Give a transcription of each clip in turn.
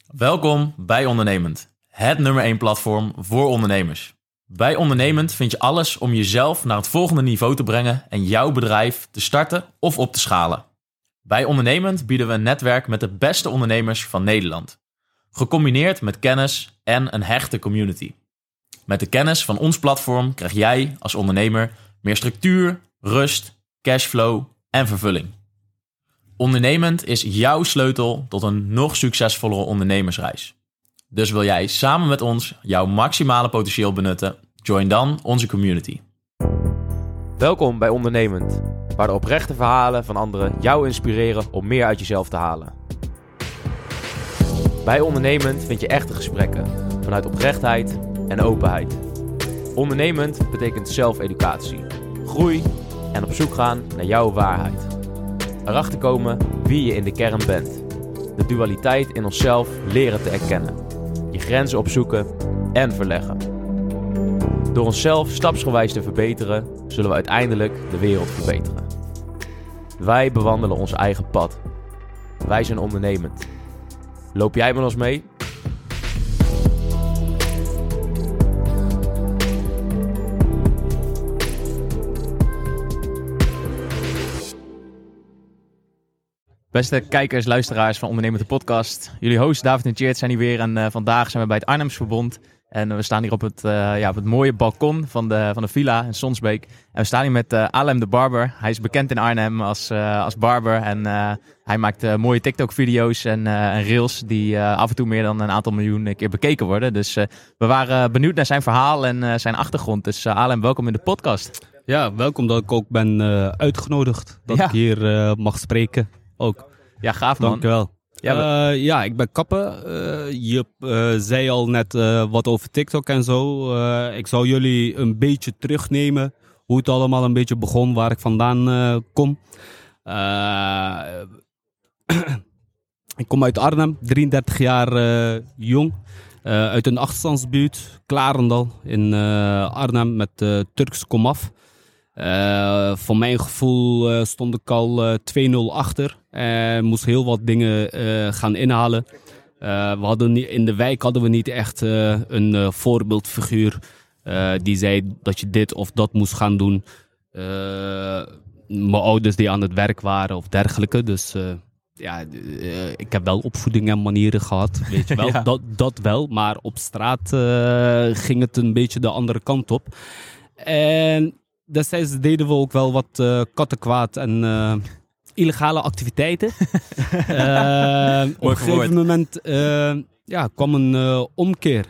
Welkom bij Ondernemend, het nummer 1 platform voor ondernemers. Bij Ondernemend vind je alles om jezelf naar het volgende niveau te brengen en jouw bedrijf te starten of op te schalen. Bij Ondernemend bieden we een netwerk met de beste ondernemers van Nederland. Gecombineerd met kennis en een hechte community. Met de kennis van ons platform krijg jij als ondernemer meer structuur, rust, cashflow en vervulling. Ondernemend is jouw sleutel tot een nog succesvollere ondernemersreis. Dus wil jij samen met ons jouw maximale potentieel benutten? Join dan onze community. Welkom bij Ondernemend, waar de oprechte verhalen van anderen jou inspireren om meer uit jezelf te halen. Bij Ondernemend vind je echte gesprekken, vanuit oprechtheid en openheid. Ondernemend betekent zelfeducatie, groei en op zoek gaan naar jouw waarheid. Erachter komen wie je in de kern bent. De dualiteit in onszelf leren te erkennen. Je grenzen opzoeken en verleggen. Door onszelf stapsgewijs te verbeteren, zullen we uiteindelijk de wereld verbeteren. Wij bewandelen ons eigen pad. Wij zijn ondernemend. Loop jij met ons mee? Beste kijkers, luisteraars van Ondernemend de podcast. Jullie host David en Tjeerd zijn hier weer en vandaag zijn we bij het Arnhems Verbond. En we staan hier op het mooie balkon van de villa in Sonsbeek. En we staan hier met Alem de Barber. Hij is bekend in Arnhem als barber en hij maakt mooie TikTok-video's en reels die af en toe meer dan een aantal miljoen keer bekeken worden. Dus we waren benieuwd naar zijn verhaal en zijn achtergrond. Dus Alem, welkom in de podcast. Ja, welkom dat ik ook ben uitgenodigd. Dat ik hier mag spreken. Ook. Ja, gaaf man. Dankjewel. Ja, ik ben kapper. Je zei al net wat over TikTok en zo. Ik zou jullie een beetje terugnemen. Hoe het allemaal een beetje begon, waar ik vandaan kom. Ik kom uit Arnhem, 33 jaar jong. Uit een achterstandsbuurt, Klarendal in Arnhem met Turks komaf. Voor mijn gevoel stond ik al 2-0 achter en moest heel wat dingen gaan inhalen. In de wijk hadden we niet echt een voorbeeldfiguur die zei dat je dit of dat moest gaan doen. Mijn ouders die aan het werk waren of dergelijke. Dus ik heb wel opvoeding en manieren gehad, weet je wel. Ja. Dat wel, maar op straat ging het een beetje de andere kant op. En destijds deden we ook wel wat kattenkwaad en illegale activiteiten. Op een gegeven moment kwam een omkeer.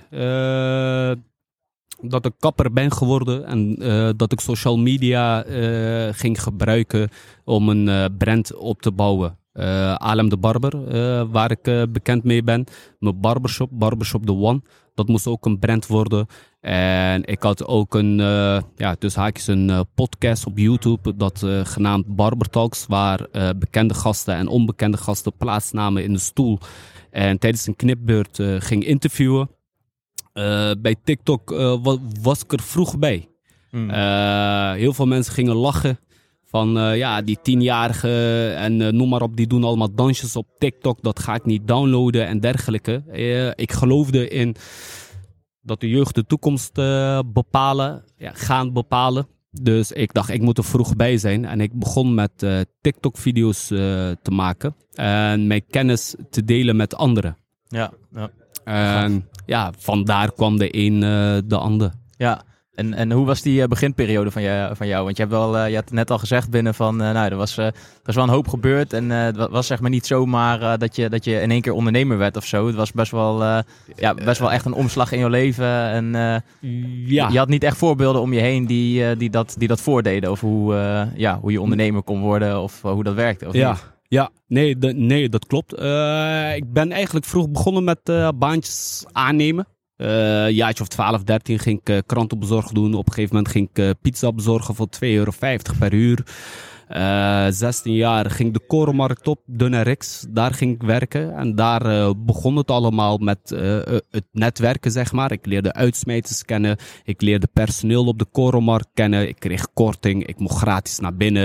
Dat ik kapper ben geworden en dat ik social media ging gebruiken om een brand op te bouwen. Alem de Barber, waar ik bekend mee ben. Mijn barbershop The One. Dat moest ook een brand worden. En ik had ook tussen haakjes een podcast op YouTube, dat genaamd Barber Talks, waar bekende gasten en onbekende gasten plaatsnamen in de stoel. En tijdens een knipbeurt ging interviewen. Bij TikTok was ik er vroeg bij. Heel veel mensen gingen lachen. Van die 10-jarigen en noem maar op, die doen allemaal dansjes op TikTok. Dat ga ik niet downloaden en dergelijke. Ik geloofde in dat de jeugd de toekomst gaan bepalen. Dus ik dacht, ik moet er vroeg bij zijn. En ik begon met TikTok-video's te maken. En mijn kennis te delen met anderen. Ja. En vandaar kwam de een de ander. Ja. En hoe was die beginperiode van jou? Want je had net al gezegd binnen van, er was wel een hoop gebeurd. En het was zeg maar niet zomaar dat je in één keer ondernemer werd of zo. Het was best wel echt een omslag in je leven. En je had niet echt voorbeelden om je heen die dat voordeden. Of hoe je ondernemer kon worden of hoe dat werkte. Of niet? Ja, nee, dat klopt. Ik ben eigenlijk vroeg begonnen met baantjes aannemen. Jaartje of 12, 13 ging ik krantenbezorg doen. Op een gegeven moment ging ik pizza bezorgen voor €2,50 per uur. 16 jaar ging de korenmarkt op, Dunnerix. Daar ging ik werken en daar begon het allemaal met het netwerken, zeg maar. Ik leerde uitsmijters kennen, ik leerde personeel op de korenmarkt kennen. Ik kreeg korting, ik mocht gratis naar binnen.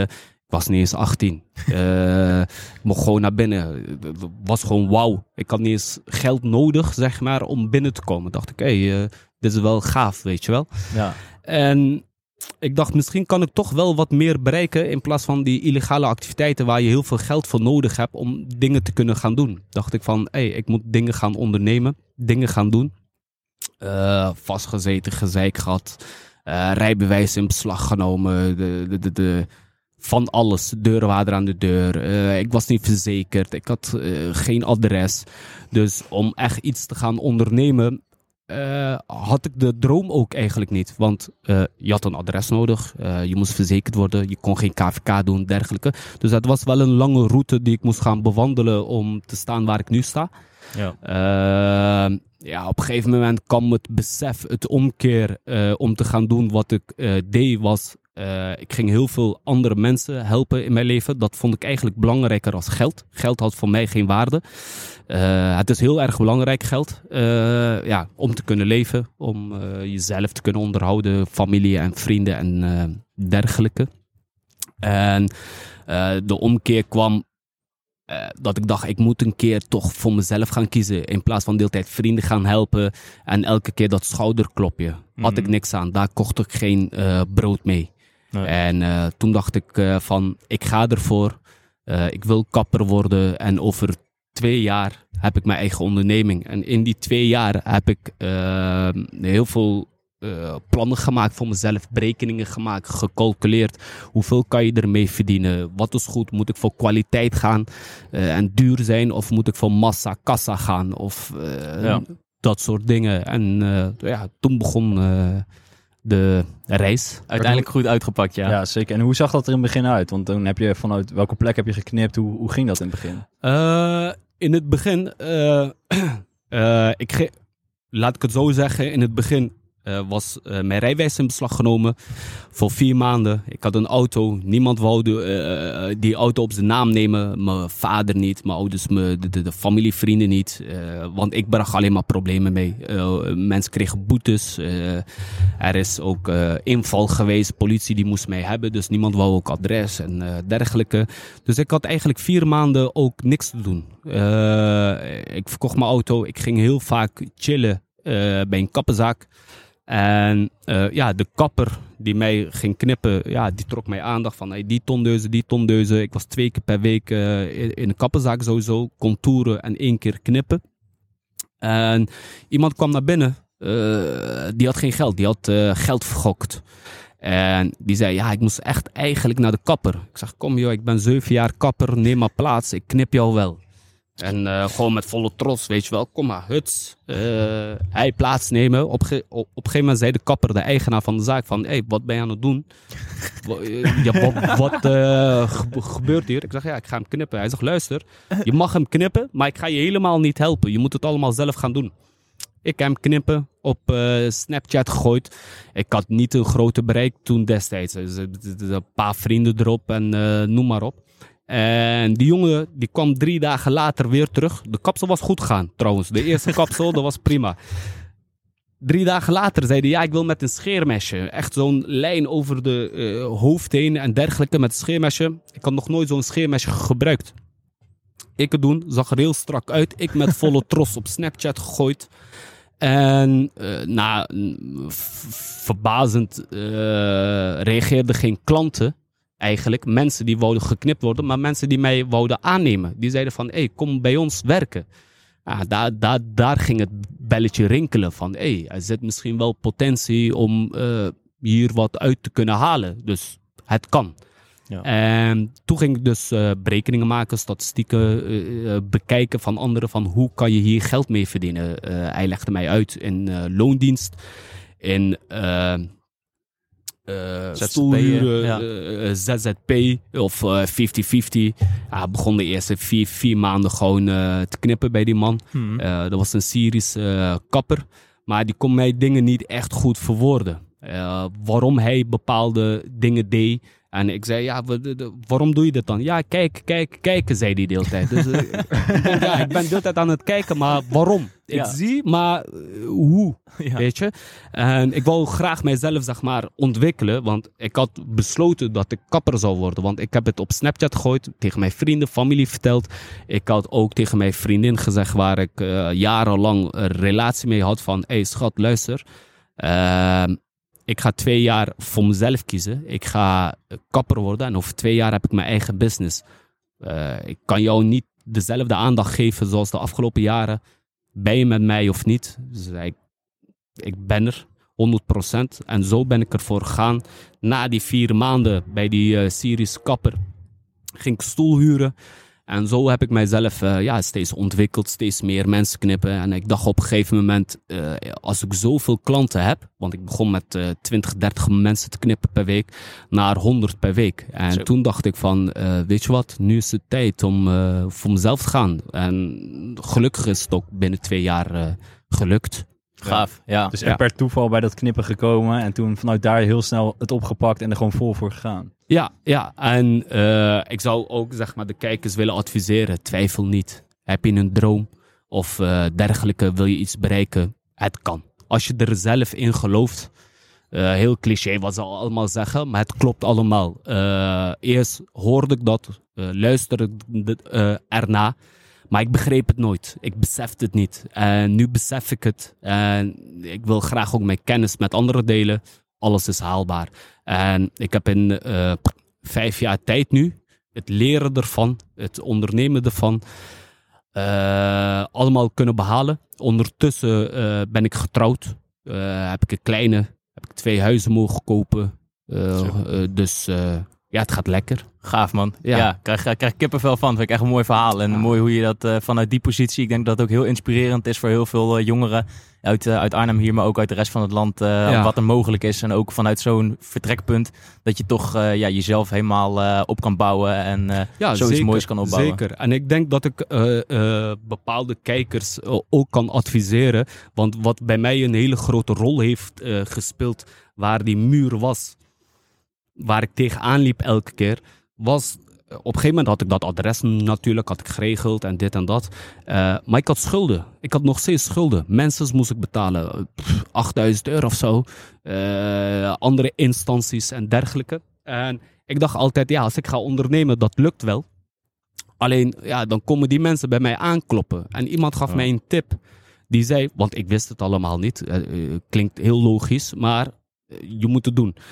was niet eens 18. Ik mocht gewoon naar binnen. Het was gewoon wauw. Ik had niet eens geld nodig, zeg maar, om binnen te komen. Dacht ik, dit is wel gaaf, weet je wel. Ja. En ik dacht, misschien kan ik toch wel wat meer bereiken in plaats van die illegale activiteiten waar je heel veel geld voor nodig hebt om dingen te kunnen gaan doen. Dacht ik van, ik moet dingen gaan ondernemen, dingen gaan doen. Vastgezeten, gezeik gehad, rijbewijs in beslag genomen, van alles, deurwaarder aan de deur. Ik was niet verzekerd, ik had geen adres. Dus om echt iets te gaan ondernemen, had ik de droom ook eigenlijk niet. Want je had een adres nodig, je moest verzekerd worden, je kon geen KVK doen, dergelijke. Dus dat was wel een lange route die ik moest gaan bewandelen om te staan waar ik nu sta. Ja. Op een gegeven moment kwam het besef, het omkeer om te gaan doen wat ik deed was... ik ging heel veel andere mensen helpen in mijn leven. Dat vond ik eigenlijk belangrijker als geld. Geld had voor mij geen waarde. Het is heel erg belangrijk, geld. Om te kunnen leven. Om jezelf te kunnen onderhouden. Familie en vrienden en dergelijke. En de omkeer kwam... dat ik dacht, ik moet een keer toch voor mezelf gaan kiezen. In plaats van de hele tijd vrienden gaan helpen. En elke keer dat schouderklopje. Had ik niks aan. Daar kocht ik geen brood mee. Nee. En toen dacht ik van, ik ga ervoor. Ik wil kapper worden. En over 2 jaar heb ik mijn eigen onderneming. En in die 2 jaar heb ik heel veel plannen gemaakt voor mezelf. Berekeningen gemaakt, gecalculeerd. Hoeveel kan je ermee verdienen? Wat is goed? Moet ik voor kwaliteit gaan en duur zijn? Of moet ik voor massa, kassa gaan? Of dat soort dingen. En toen begon... de reis. Uiteindelijk goed uitgepakt, ja. Ja, zeker. En hoe zag dat er in het begin uit? Want toen heb je vanuit welke plek heb je geknipt? Hoe ging dat in het begin? In het begin... laat ik het zo zeggen. In het begin was mijn rijbewijs in beslag genomen voor 4 maanden. Ik had een auto. Niemand wou die auto op zijn naam nemen. Mijn vader niet, mijn ouders, de familievrienden niet. Want ik bracht alleen maar problemen mee. Mensen kregen boetes. Er is ook inval geweest. Politie die moest mij hebben. Dus niemand wou ook adres en dergelijke. Dus ik had eigenlijk 4 maanden ook niks te doen. Ik verkocht mijn auto. Ik ging heel vaak chillen bij een kappenzaak. En de kapper die mij ging knippen, die trok mij aandacht van die tondeuzen. Ik was 2 keer per week in een kappenzaak sowieso, contouren en 1 keer knippen. En iemand kwam naar binnen, die had geen geld, die had geld vergokt. En die zei, ik moest echt eigenlijk naar de kapper. Ik zeg, kom joh, ik ben 7 jaar kapper, neem maar plaats, ik knip jou wel. En gewoon met volle trots, weet je wel. Kom maar, huts. Hij plaatsnemen. Op een gegeven moment zei de kapper, de eigenaar van de zaak, van... wat ben je aan het doen? Wat gebeurt hier? Ik zeg, ik ga hem knippen. Hij zegt, luister, je mag hem knippen, maar ik ga je helemaal niet helpen. Je moet het allemaal zelf gaan doen. Ik heb hem knippen, op Snapchat gegooid. Ik had niet een grote bereik toen destijds. Een paar vrienden erop en noem maar op. En die jongen die kwam 3 dagen later weer terug. De kapsel was goed gegaan trouwens. De eerste kapsel, dat was prima. 3 dagen later zei hij, ik wil met een scheermesje. Echt zo'n lijn over de hoofd heen en dergelijke met een scheermesje. Ik had nog nooit zo'n scheermesje gebruikt. Ik het doen, zag er heel strak uit. Ik met volle tros op Snapchat gegooid. En verbazend reageerden geen klanten. Eigenlijk mensen die wouden geknipt worden, maar mensen die mij wouden aannemen. Die zeiden van, kom bij ons werken. Daar ging het belletje rinkelen van, er zit misschien wel potentie om hier wat uit te kunnen halen. Dus het kan. Ja. En toen ging ik dus berekeningen maken, statistieken bekijken van anderen, van hoe kan je hier geld mee verdienen. Hij legde mij uit in loondienst, in... stoelhuren, ZZP of 50-50. Begon de eerste 4 maanden gewoon te knippen bij die man. Dat was een Syrische kapper. Maar die kon mij dingen niet echt goed verwoorden. Waarom hij bepaalde dingen deed En ik zei, waarom doe je dit dan? Ja, kijken, zei hij de hele tijd. Dus ik ben de hele tijd aan het kijken, maar waarom? Ik zie, maar hoe? Ja. Weet je? En ik wou graag mijzelf, zeg maar, ontwikkelen, want ik had besloten dat ik kapper zou worden. Want ik heb het op Snapchat gegooid, tegen mijn vrienden, familie verteld. Ik had ook tegen mijn vriendin gezegd, waar ik jarenlang een relatie mee had, van, hey schat, luister, ik ga 2 jaar voor mezelf kiezen. Ik ga kapper worden en over 2 jaar heb ik mijn eigen business. Ik kan jou niet dezelfde aandacht geven zoals de afgelopen jaren. Ben je met mij of niet? Dus ik ben er, 100%. En zo ben ik ervoor gegaan. Na die 4 maanden bij die Syrisch kapper ging ik stoel huren. En zo heb ik mijzelf steeds ontwikkeld, steeds meer mensen knippen. En ik dacht op een gegeven moment, als ik zoveel klanten heb, want ik begon met 20, 30 mensen te knippen per week, naar 100 per week. En toen dacht ik van, weet je wat, nu is het tijd om voor mezelf te gaan. En gelukkig is het ook binnen 2 jaar gelukt. Gaaf, ja. Dus echt per toeval bij dat knippen gekomen en toen vanuit daar heel snel het opgepakt en er gewoon vol voor gegaan. Ja. En ik zou ook, zeg maar, de kijkers willen adviseren. Twijfel niet. Heb je een droom of dergelijke, wil je iets bereiken? Het kan. Als je er zelf in gelooft. Heel cliché wat ze allemaal zeggen, maar het klopt allemaal. Eerst hoorde ik dat, luisterde erna. Maar ik begreep het nooit. Ik besefte het niet. En nu besef ik het. En ik wil graag ook mijn kennis met anderen delen. Alles is haalbaar. En ik heb in 5 jaar tijd nu het leren ervan, het ondernemen ervan, allemaal kunnen behalen. Ondertussen ben ik getrouwd. Heb ik 2 huizen mogen kopen. Dus het gaat lekker. Gaaf, man. Ja. Krijg kippenvel van. Vind ik echt een mooi verhaal. En mooi hoe je dat vanuit die positie... Ik denk dat het ook heel inspirerend is voor heel veel jongeren uit Arnhem hier, maar ook uit de rest van het land. Wat er mogelijk is. En ook vanuit zo'n vertrekpunt dat je toch jezelf helemaal op kan bouwen. En zoiets zeker, moois kan opbouwen. Zeker. En ik denk dat ik bepaalde kijkers ook kan adviseren. Want wat bij mij een hele grote rol heeft gespeeld, waar die muur was, waar ik tegenaan liep elke keer, was, op een gegeven moment had ik dat adres natuurlijk, had ik geregeld en dit en dat. Maar ik had schulden. Ik had nog steeds schulden. Mensen moest ik betalen, €8.000 of zo. Andere instanties en dergelijke. En ik dacht altijd, als ik ga ondernemen, dat lukt wel. Alleen, dan komen die mensen bij mij aankloppen. En iemand gaf mij een tip. Die zei, want ik wist het allemaal niet. Klinkt heel logisch, maar je moet het doen.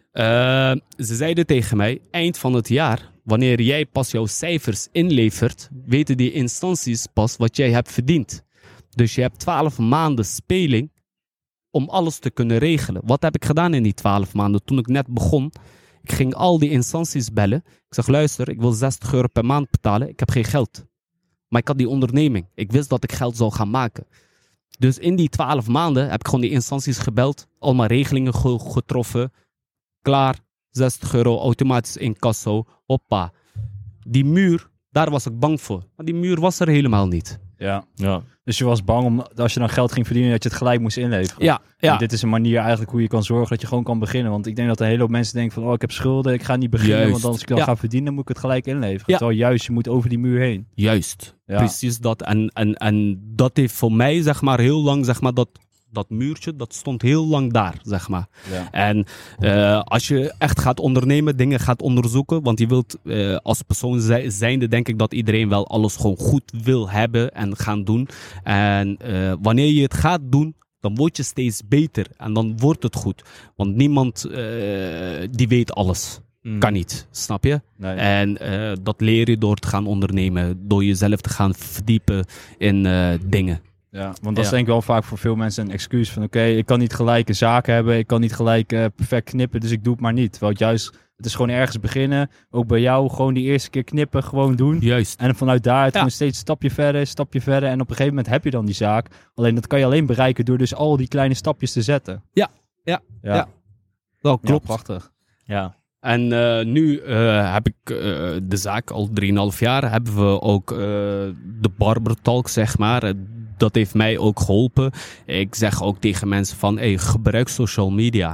Ze zeiden tegen mij, eind van het jaar, wanneer jij pas jouw cijfers inlevert, weten die instanties pas wat jij hebt verdiend. Dus je hebt 12 maanden speling om alles te kunnen regelen. Wat heb ik gedaan in die 12 maanden toen ik net begon? Ik ging al die instanties bellen. Ik zeg, luister, ik wil €60 per maand betalen. Ik heb geen geld. Maar ik had die onderneming. Ik wist dat ik geld zou gaan maken. Dus in die 12 maanden heb ik gewoon die instanties gebeld. Allemaal regelingen getroffen. Klaar, €60, automatisch incasso, hoppa. Die muur, daar was ik bang voor. Maar die muur was er helemaal niet. Ja. Dus je was bang om, als je dan geld ging verdienen, dat je het gelijk moest inleveren. Ja. En dit is een manier eigenlijk hoe je kan zorgen dat je gewoon kan beginnen. Want ik denk dat een hele hoop mensen denken van, ik heb schulden, ik ga niet beginnen. Want als ik dan ga verdienen, moet ik het gelijk inleveren. Ja. Terwijl juist, je moet over die muur heen. Juist, precies dat. En dat heeft voor mij, zeg maar, heel lang, zeg maar, dat muurtje, dat stond heel lang daar, zeg maar. Ja. En als je echt gaat ondernemen, dingen gaat onderzoeken, want je wilt als persoon zijnde, denk ik dat iedereen wel alles gewoon goed wil hebben en gaan doen. En wanneer je het gaat doen, dan word je steeds beter en dan wordt het goed. Want niemand die weet alles. Kan niet, snap je? Nee. En dat leer je door te gaan ondernemen, door jezelf te gaan verdiepen in dingen. Ja, want dat is denk ik wel vaak voor veel mensen een excuus van ik kan niet gelijk een zaak hebben, ik kan niet gelijk perfect knippen, dus ik doe het maar niet. Terwijl het is gewoon ergens beginnen, ook bij jou gewoon die eerste keer knippen, gewoon doen. Juist. En vanuit daaruit gewoon steeds stapje verder en op een gegeven moment heb je dan die zaak. Alleen dat kan je alleen bereiken door dus al die kleine stapjes te zetten. Ja. Dat klopt. Ja, prachtig. Ja. En nu heb ik de zaak al 3,5 jaar, hebben we ook de Barber Talk, zeg maar. Dat heeft mij ook geholpen. Ik zeg ook tegen mensen van, gebruik social media.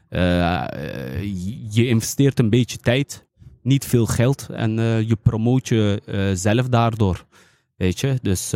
Je investeert een beetje tijd, niet veel geld en je promoot je zelf daardoor. Weet je, dus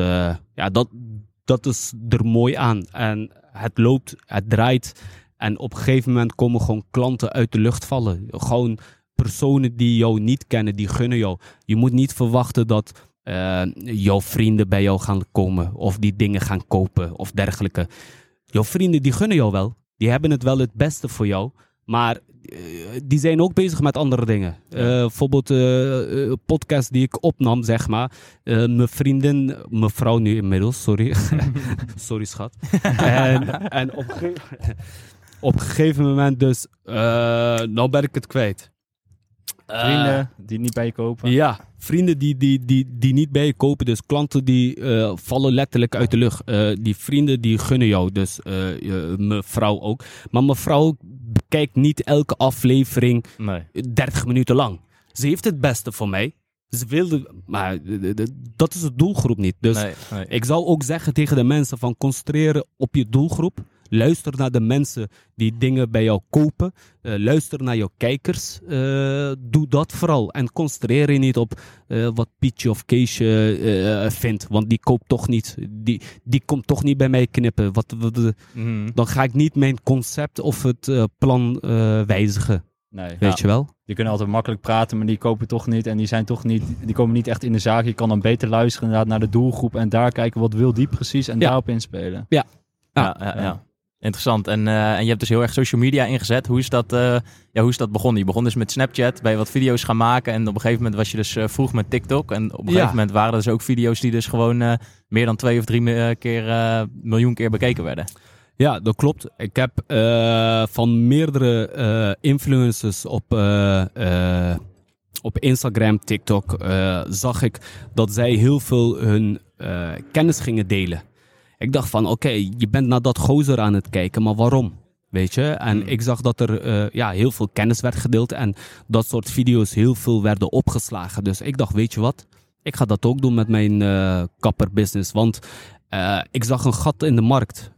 dat is er mooi aan. En het loopt, het draait en op een gegeven moment komen gewoon klanten uit de lucht vallen. Gewoon personen die jou niet kennen, die gunnen jou. Je moet niet verwachten dat jouw vrienden bij jou gaan komen of die dingen gaan kopen of dergelijke. Jouw vrienden die gunnen jou wel. Die hebben het wel het beste voor jou. Maar die zijn ook bezig met andere dingen. Bijvoorbeeld een podcast die ik opnam, zeg maar. Mijn vriendin, mevrouw nu inmiddels, sorry. Sorry schat. en op een gegeven moment dus, nou ben ik het kwijt. Vrienden die niet bij je kopen. Ja, vrienden die niet bij je kopen. Dus klanten die vallen letterlijk uit de lucht. Die vrienden die gunnen jou. Dus mijn vrouw ook. Maar mijn vrouw kijkt niet elke aflevering 30 minuten lang. Ze heeft het beste voor mij. Ze wilde, maar dat is het doelgroep niet. Dus ik zou ook zeggen tegen de mensen van concentreren op je doelgroep. Luister naar de mensen die dingen bij jou kopen. Luister naar jouw kijkers. Doe dat vooral. En concentreer je niet op wat Pietje of Keesje vindt. Want die koopt toch niet. Die komt toch niet bij mij knippen. Dan ga ik niet mijn concept of het plan wijzigen. Nee, Weet je wel? Die kunnen altijd makkelijk praten, maar die kopen toch niet. En die komen niet echt in de zaak. Je kan dan beter luisteren inderdaad naar de doelgroep. En daar kijken wat wil die precies. En daarop inspelen. Ja. Interessant. En je hebt dus heel erg social media ingezet. Hoe is dat begonnen? Je begon dus met Snapchat, ben je wat video's gaan maken. En op een gegeven moment was je dus vroeg met TikTok. En op een gegeven moment waren er dus ook video's die dus gewoon meer dan 2 of 3 miljoen keer bekeken werden. Ja, dat klopt. Ik heb van meerdere influencers op Instagram, TikTok, zag ik dat zij heel veel hun kennis gingen delen. Ik dacht van, oké, je bent naar dat gozer aan het kijken, maar waarom? Weet je? En ik zag dat er heel veel kennis werd gedeeld en dat soort video's heel veel werden opgeslagen. Dus ik dacht, weet je wat? Ik ga dat ook doen met mijn kapperbusiness, want ik zag een gat in de markt.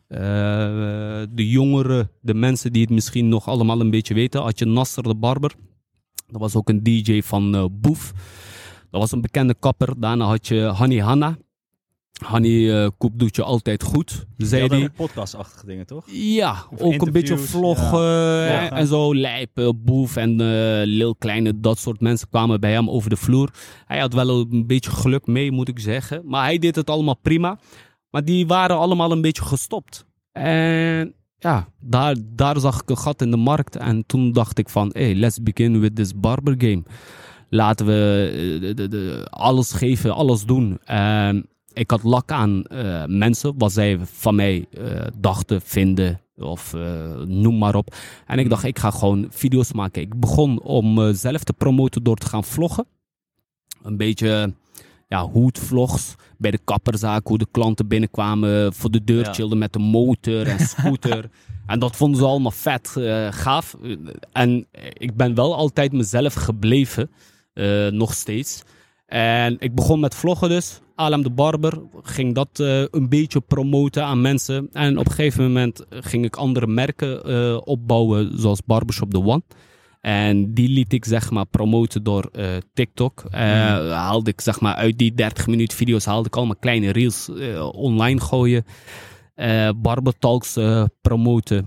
De jongeren, de mensen die het misschien nog allemaal een beetje weten, had je Nasser de Barber. Dat was ook een DJ van Boef. Dat was een bekende kapper. Daarna had je Hani Hanna. Hani Koep doet je altijd goed, zei die. Podcastachtige dingen, toch? Ja, of ook een beetje vloggen en zo. Lijpen, Boef en Lil Kleine, dat soort mensen kwamen bij hem over de vloer. Hij had wel een beetje geluk mee, moet ik zeggen. Maar hij deed het allemaal prima. Maar die waren allemaal een beetje gestopt. En ja, daar zag ik een gat in de markt. En toen dacht ik van, hey, let's begin with this barber game. Laten we alles geven, alles doen. Ik had lak aan mensen, wat zij van mij dachten, vinden of noem maar op. En ik dacht, ik ga gewoon video's maken. Ik begon om zelf te promoten door te gaan vloggen. Een beetje hoedvlogs bij de kapperzaak, hoe de klanten binnenkwamen, voor de deur chillden met de motor en scooter. En dat vonden ze allemaal vet, gaaf. En ik ben wel altijd mezelf gebleven, nog steeds. En ik begon met vloggen dus. Alam de Barber ging dat een beetje promoten aan mensen. En op een gegeven moment ging ik andere merken opbouwen, zoals Barbershop The One. En die liet ik zeg maar promoten door TikTok. Haalde ik zeg maar uit die 30 minuten video's haalde ik allemaal kleine reels online gooien. Barber Talks promoten.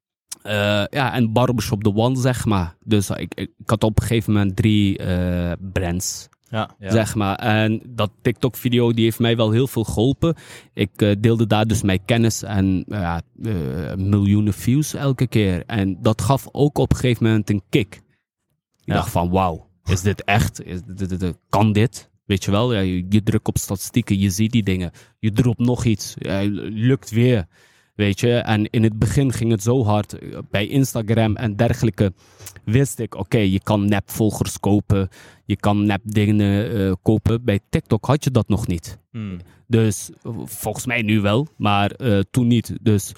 En Barbershop The One zeg maar. Dus ik had op een gegeven moment 3 brands. Ja. Zeg maar. En dat TikTok-video die heeft mij wel heel veel geholpen. Ik deelde daar dus mijn kennis en miljoenen views elke keer. En dat gaf ook op een gegeven moment een kick. Ik dacht van, wauw, is dit echt? Kan dit? Weet je wel, je drukt op statistieken, je ziet die dingen. Je dropt nog iets, lukt weer. Weet je, en in het begin ging het zo hard. Bij Instagram en dergelijke wist ik, oké, je kan nepvolgers kopen. Je kan nep dingen kopen. Bij TikTok had je dat nog niet. Dus volgens mij nu wel, maar toen niet. Dus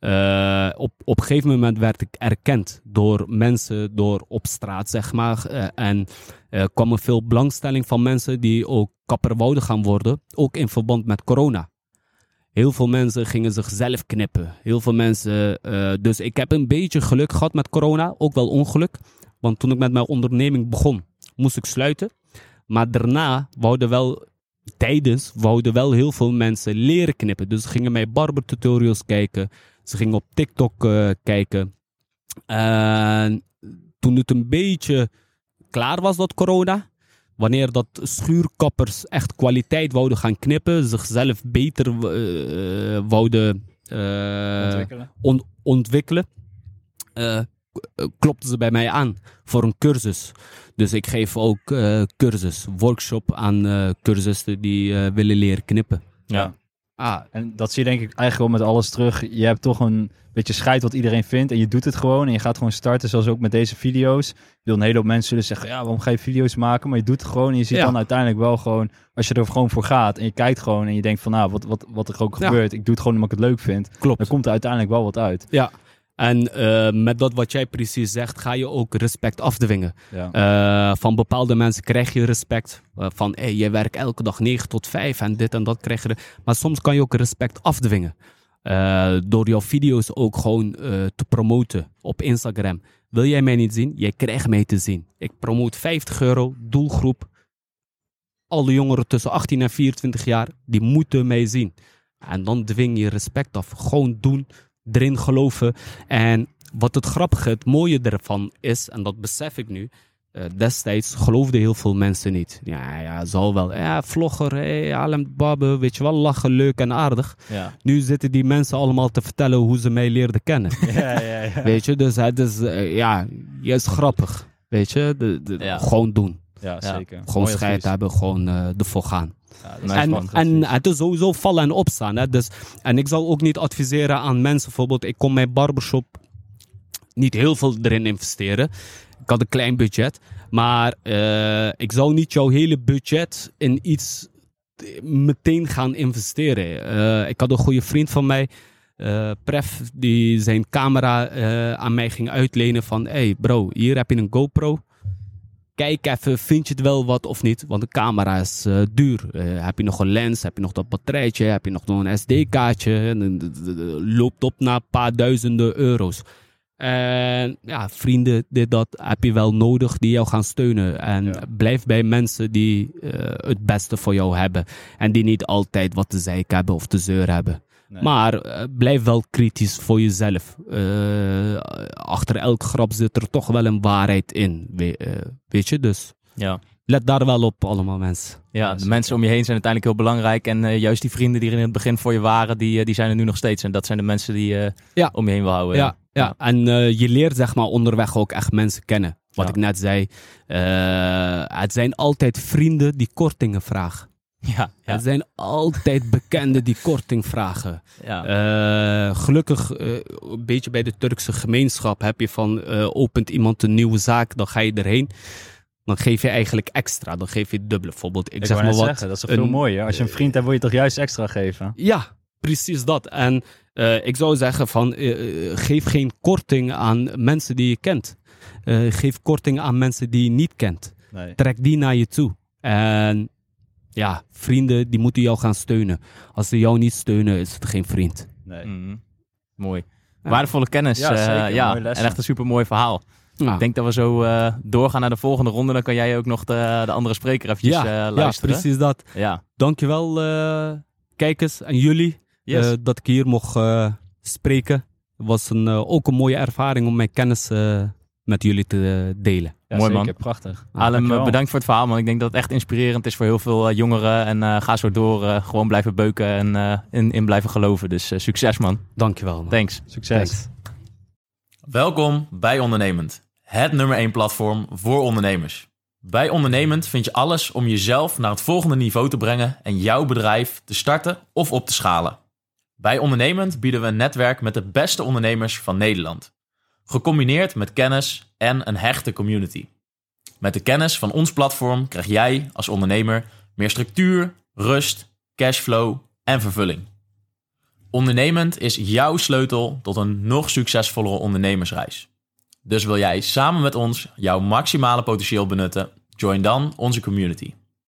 op een gegeven moment werd ik erkend door mensen, door op straat, zeg maar. En kwam er veel belangstelling van mensen die ook kapper wouden gaan worden. Ook in verband met corona. Heel veel mensen gingen zichzelf knippen. Heel veel mensen... dus ik heb een beetje geluk gehad met corona. Ook wel ongeluk. Want toen ik met mijn onderneming begon, moest ik sluiten. Maar daarna wouden wel heel veel mensen leren knippen. Dus ze gingen mijn barbertutorials kijken. Ze gingen op TikTok kijken. En toen het een beetje klaar was, dat corona... Wanneer dat schuurkappers echt kwaliteit wouden gaan knippen, zichzelf beter wouden ontwikkelen, klopten ze bij mij aan voor een cursus. Dus ik geef ook workshop aan cursisten die willen leren knippen. Ja. En dat zie je denk ik eigenlijk wel met alles terug. Je hebt toch een beetje scheid wat iedereen vindt en je doet het gewoon en je gaat gewoon starten, zoals ook met deze video's. Een hele hoop mensen zullen zeggen, ja, waarom ga je video's maken? Maar je doet het gewoon en je ziet dan uiteindelijk wel gewoon, als je er gewoon voor gaat en je kijkt gewoon en je denkt van, nou, wat er ook gebeurt, ik doe het gewoon omdat ik het leuk vind. Klopt. Dan komt er uiteindelijk wel wat uit. Ja. En met dat wat jij precies zegt, ga je ook respect afdwingen. Ja. Van bepaalde mensen krijg je respect. Van, jij werkt elke dag 9 tot 5 en dit en dat krijg je. Maar soms kan je ook respect afdwingen. Door jouw video's ook gewoon te promoten op Instagram. Wil jij mij niet zien? Jij krijgt mij te zien. Ik promoot €50, doelgroep. Alle jongeren tussen 18 en 24 jaar, die moeten mij zien. En dan dwing je respect af. Gewoon doen. Erin geloven. En wat het grappige, het mooie ervan is, en dat besef ik nu, destijds geloofden heel veel mensen niet. Ja, zal wel. Ja, vlogger, Alem Babbe, weet je wel, lachen, leuk en aardig. Ja. Nu zitten die mensen allemaal te vertellen hoe ze mij leerden kennen. Ja. Weet je, dus het is, je is grappig. Weet je, gewoon doen. Ja, zeker. Gewoon scheid hebben, gewoon ervoor gaan. Ja, en het is sowieso vallen en opstaan. Hè? Dus, en ik zal ook niet adviseren aan mensen, bijvoorbeeld, ik kon mijn barbershop niet heel veel erin investeren. Ik had een klein budget. Maar ik zou niet jouw hele budget in iets meteen gaan investeren. Ik had een goede vriend van mij, Pref, die zijn camera aan mij ging uitlenen van, hey bro, hier heb je een GoPro. Kijk even, vind je het wel wat of niet? Want de camera is duur. Heb je nog een lens? Heb je nog dat batterijtje? Heb je nog een SD-kaartje? Loopt op naar een paar duizenden euro's. En ja, vrienden, dat heb je wel nodig die jou gaan steunen. En blijf bij mensen die het beste voor jou hebben. En die niet altijd wat te zeiken hebben of te zeuren hebben. Nee. Maar blijf wel kritisch voor jezelf. Achter elk grap zit er toch wel een waarheid in. Weet je, dus let daar wel op allemaal mensen. Ja, de mensen om je heen zijn uiteindelijk heel belangrijk. En juist die vrienden die er in het begin voor je waren, die zijn er nu nog steeds. En dat zijn de mensen die om je heen wil houden. Ja. En je leert zeg maar onderweg ook echt mensen kennen. Wat ik net zei. Het zijn altijd vrienden die kortingen vragen. Ja. Het zijn altijd bekenden die korting vragen. Ja. Gelukkig, een beetje bij de Turkse gemeenschap heb je van, opent iemand een nieuwe zaak, dan ga je erheen. Dan geef je eigenlijk extra, dan geef je dubbele. Bijvoorbeeld, ik zeg maar wat. Zeggen, dat is toch veel mooier. Als je een vriend hebt, wil je toch juist extra geven? Ja, precies dat. En ik zou zeggen van, geef geen korting aan mensen die je kent. Geef korting aan mensen die je niet kent. Nee. Trek die naar je toe. En ja, vrienden die moeten jou gaan steunen. Als ze jou niet steunen, is het geen vriend. Nee. Mooi. Waardevolle kennis. Ja, en echt een supermooi verhaal. Ja. Ik denk dat we zo doorgaan naar de volgende ronde. Dan kan jij ook nog de andere spreker eventjes luisteren. Ja, precies dat. Ja. Dankjewel kijkers en jullie dat ik hier mocht spreken. Het was ook een mooie ervaring om mijn kennis met jullie te delen. Ja, mooi zeker, man. Prachtig. Alem, bedankt voor het verhaal man. Ik denk dat het echt inspirerend is voor heel veel jongeren. En ga zo door. Gewoon blijven beuken en in blijven geloven. Dus succes man. Dankjewel man. Thanks. Succes. Thanks. Welkom bij Ondernemend. Het nummer 1 platform voor ondernemers. Bij Ondernemend vind je alles om jezelf naar het volgende niveau te brengen en jouw bedrijf te starten of op te schalen. Bij Ondernemend bieden we een netwerk met de beste ondernemers van Nederland. Gecombineerd met kennis en een hechte community. Met de kennis van ons platform krijg jij als ondernemer meer structuur, rust, cashflow en vervulling. Ondernemend is jouw sleutel tot een nog succesvollere ondernemersreis. Dus wil jij samen met ons jouw maximale potentieel benutten? Join dan onze community.